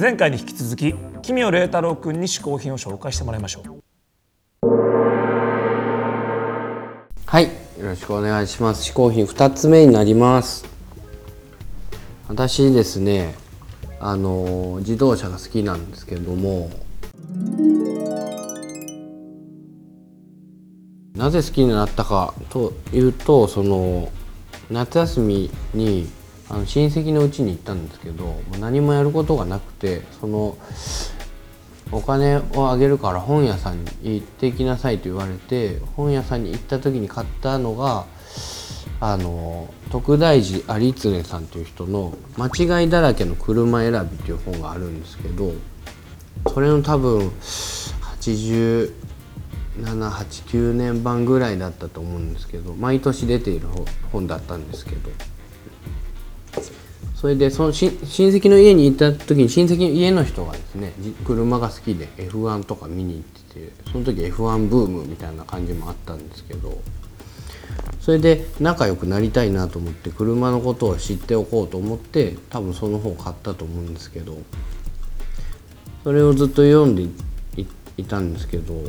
前回に引き続き奇妙麗太郎くんに試行品を紹介してもらいましょう。 はい、よろしくお願いします。試行品2つ目になります。私ですね、自動車が好きなんですけれども、なぜ好きになったかというと、その夏休みに親戚の家に行ったんですけど、何もやることがなくて、そのお金をあげるから本屋さんに行ってきなさいと言われて、本屋さんに行った時に買ったのが徳大寺有常さんという人の「間違いだらけの車選び」という本があるんですけど、それの多分87、8、9年版ぐらいだったと思うんですけど、毎年出ている本だったんですけど、それでその親戚の家に行った時に、親戚の家の人がですね、車が好きで F1 とか見に行ってて、その時 F1 ブームみたいな感じもあったんですけど、それで仲良くなりたいなと思って、車のことを知っておこうと思って、多分その本を買ったと思うんですけど、それをずっと読んで いたんですけど、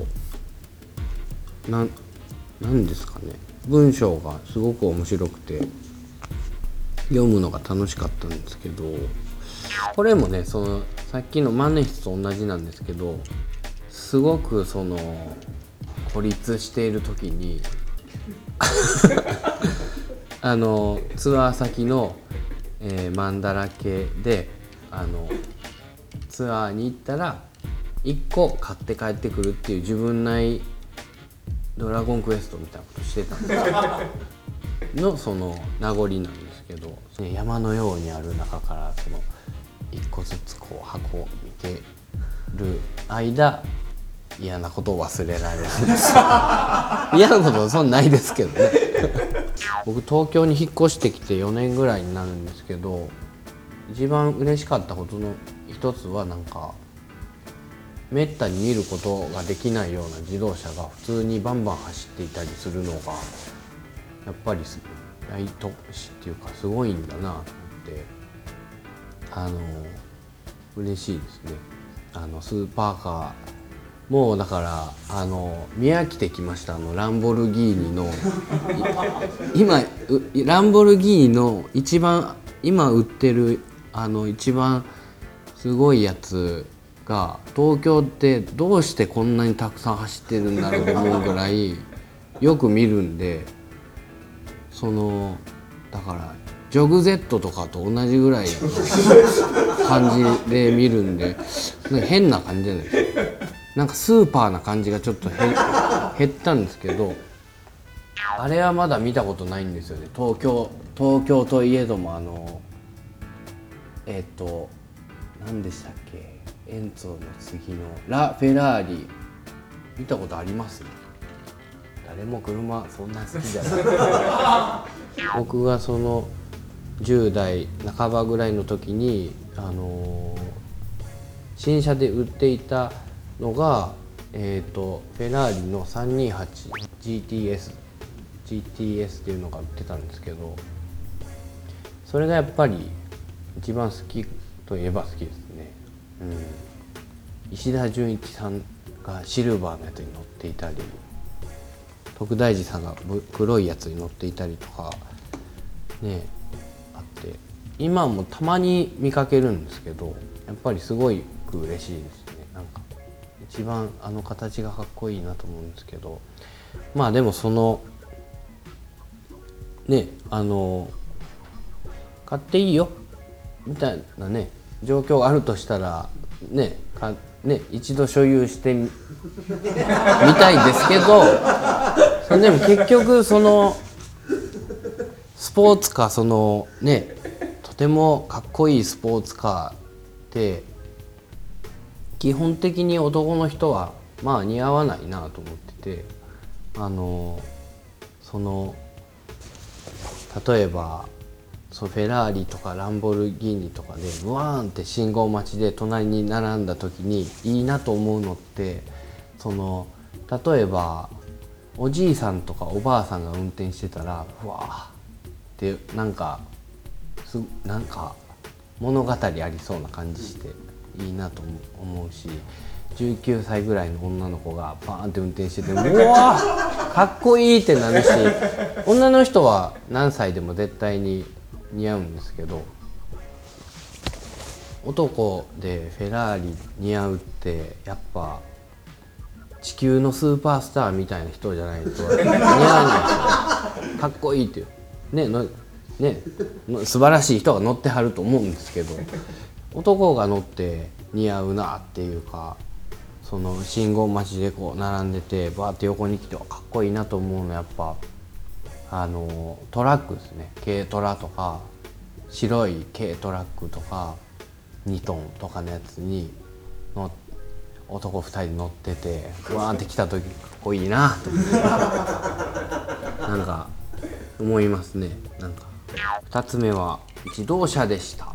なんですかね、文章がすごく面白くて読むのが楽しかったんですけど、これもね、そのさっきの万年筆と同じなんですけど、すごくその孤立している時にツアー先の、マンダラ系でツアーに行ったら1個買って帰ってくるっていう自分内ドラゴンクエストみたいなことしてたんですのその名残なんですけど、山のようにある中からその1個ずつこう箱を見てる間、嫌なことを忘れられるんです嫌なことはそんなないですけどね僕東京に引っ越してきて4年ぐらいになるんですけど、一番嬉しかったことの一つは、なんかめったに見ることができないような自動車が普通にバンバン走っていたりするのが、やっぱり大都市っていうかすごいんだなと思って、嬉しいですね。スーパーカーもうだから見飽きてきました。ランボルギーニの今ランボルギーニの一番今売ってる一番すごいやつが、東京ってどうしてこんなにたくさん走ってるんだろうと思うぐらいよく見るんで、だからジョグ Z とかと同じぐらいの感じで見るんで、変な感じじゃないですか。なんかスーパーな感じがちょっと減ったんですけど、あれはまだ見たことないんですよね。東京といえども何でしたっけ、エンツォの次のラ・フェラーリ見たことあります？誰も車そんな好きじゃない僕がその10代半ばぐらいの時に新車で売っていたのがフェラーリの 328GTS っていうのが売ってたんですけど、それがやっぱり一番好きといえば好きですね。石田純一さんがシルバーのやつに乗っていたり、徳大寺さんが黒いやつに乗っていたりとかねあって、今もたまに見かけるんですけど、やっぱりすごい嬉しいですね。なんか一番形がかっこいいなと思うんですけど、まあでもそのね買っていいよみたいなね状況があるとしたらね一度所有してみたいですけど、それでも結局そのスポーツカーとてもかっこいいスポーツカーって基本的に男の人はまあ似合わないなと思ってて、例えばフェラーリとかランボルギーニとかでブワーンって信号待ちで隣に並んだ時にいいなと思うのって、例えばおじいさんとかおばあさんが運転してたらふわーってなんか物語ありそうな感じしていいなと思うし、19歳ぐらいの女の子がバーンって運転しててうわーかっこいいってなるし、女の人は何歳でも絶対に似合うんですけど、男でフェラーリ似合うってやっぱ地球のスーパースターみたいな人じゃないと似合わないですよ。かっこいいっていう素晴らしい人が乗ってはると思うんですけど、男が乗って似合うなっていうか、その信号待ちでこう並んでてバーって横に来てかっこいいなと思うのはやっぱトラックですね。軽トラとか白い軽トラックとか2トンとかのやつに男2人乗っててわーって来た時かっこいいなとなんか思いますね。なんか2つ目は自動車でした。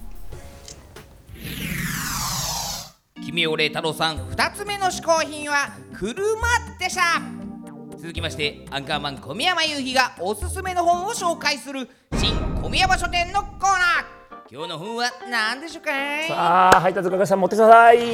君を礼太郎さん2つ目の嗜好品は車でした。続きましてアンカーマン小宮山雄飛がおすすめの本を紹介する新小宮山書店のコーナー。今日の本は何でしょうか。 さあ配達係さん持ってください。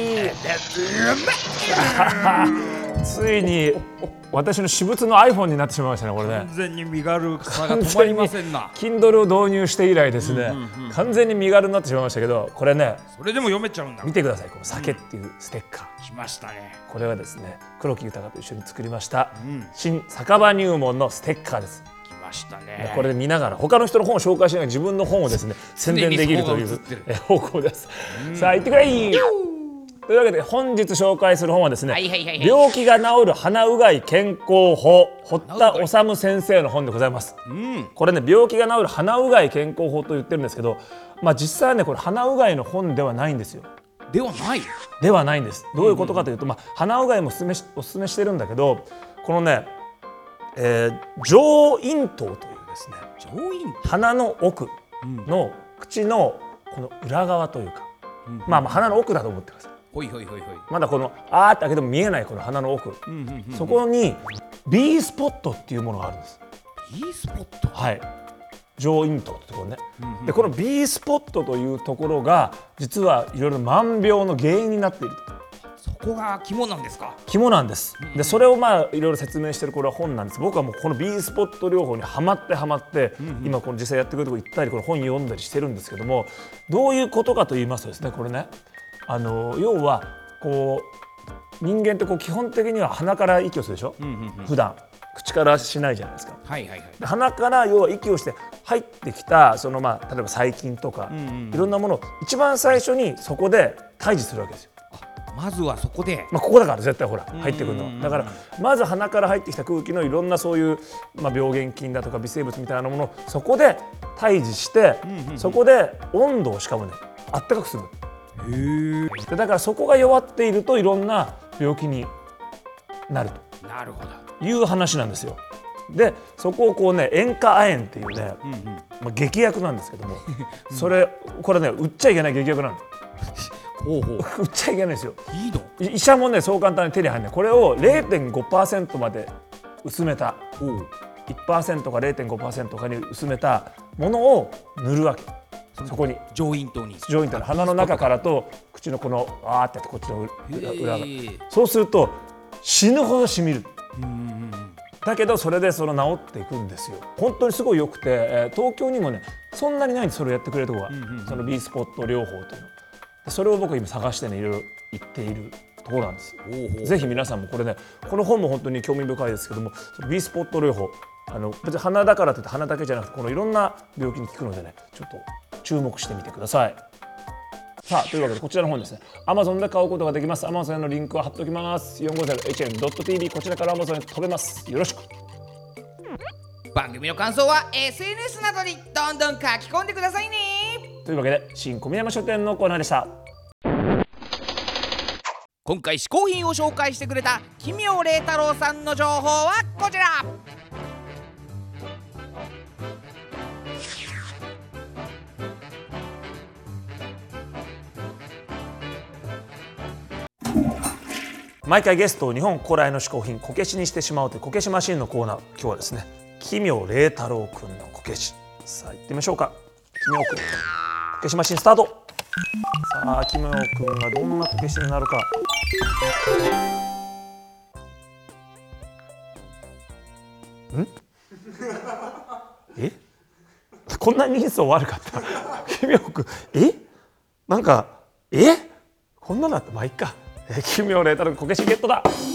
ついに私の私物の iPhone になってしまいましたね、これね。 完全に身軽さが止まりませんな。 Kindle を導入して以来ですね、完全に身軽になってしまいましたけど、これねそれでも読めちゃうんだ。 見てください、この酒っていうステッカー、 来ましたね。 これはですね黒木豊と一緒に作りました、新酒場入門のステッカーです。 来ましたね。 これで見ながら他の人の本を紹介しながら自分の本をですね宣伝できるという方向です。さあ行ってくれい。というわけで本日紹介する本はですね、病気が治る鼻うがい健康法、堀田修先生の本でございます。これね病気が治る鼻うがい健康法と言ってるんですけど、実際はねこれ鼻うがいの本ではないんですよ。 ではない。 ではないんです。どういうことかというと、鼻うがいもおすすめしてるんだけど、このね、上咽頭というですね、鼻の奥の口のこの裏側というか、鼻の奥だと思ってください。 ほいほいほいほい。 まだこのあーって開けても見えないこの鼻の奥、そこに B スポットっていうものがあるんです。 B スポット。 はい、上咽頭ってところね、でこの B スポットというところが実はいろいろ万病の原因になっていると。 そこが肝なんですか。 肝なんです。でそれをいろいろ説明してるこれは本なんです。僕はもうこの B スポット療法にハマって、今この実際やってくれるとこ行ったりこの本読んだりしてるんですけども、どういうことかと言いますとですね、これね要はこう人間ってこう基本的には鼻から息をするでしょ、普段口からしないじゃないですか。で鼻から要は息をして入ってきたその例えば細菌とか、いろんなものを一番最初にそこで退治するわけですよ。 まずはそこで、 ここだから絶対ほら入ってくるのは、だからまず鼻から入ってきた空気のいろんなそういう、病原菌だとか微生物みたいなものをそこで退治して、そこで温度をしかもねあったかくする。でだからそこが弱っているといろんな病気になると。 なるほど。 いう話なんですよ。でそこをこうね塩化亜鉛っていうね、劇薬なんですけどもこれね売っちゃいけない劇薬なの。売っちゃいけないですよ。 いいの？ 医者もねそう簡単に手に入らない。これを 0.5% まで薄めた 1% か 0.5% かに薄めたものを塗るわけ。そこに上咽頭の鼻の中からと口のこのあーってやってこっちの裏が、そうすると死ぬほどしみる。だけどそれで治っていくんですよ。本当にすごい良くて、東京にもねそんなにないんです。それをやってくれるところが、その B スポット療法というの。それを僕今探してねいろいろ言っているところなんです。ぜひ皆さんもこれね、この本も本当に興味深いですけども、B スポット療法別に鼻だからといって鼻だけじゃなくてこのいろんな病気に効くのでね、ちょっと注目してみてください。さあというわけでこちらの本ですね Amazon で買うことができます。 Amazon のリンクは貼っておきます。 450hm.tv こちらから Amazon に飛べます。よろしく。 番組の感想は SNS などにどんどん書き込んでくださいね。 というわけで新小宮山書店のコーナーでした。 今回嗜好品を紹介してくれた奇妙麗太郎さんの情報はこちら。 毎回ゲストを日本古来の嗜好品こけしにしてしまうというこけしマシンのコーナー、今日はですね奇妙麗太郎くんのこけし、さあ行ってみましょうか。奇妙くんこけしマシンスタート。 さあ奇妙くんがどんなこけしになるか。えこんなに人相悪かった奇妙くんなんかこんなだった。まあいっか。奇妙麗太郎こけしゲットだ。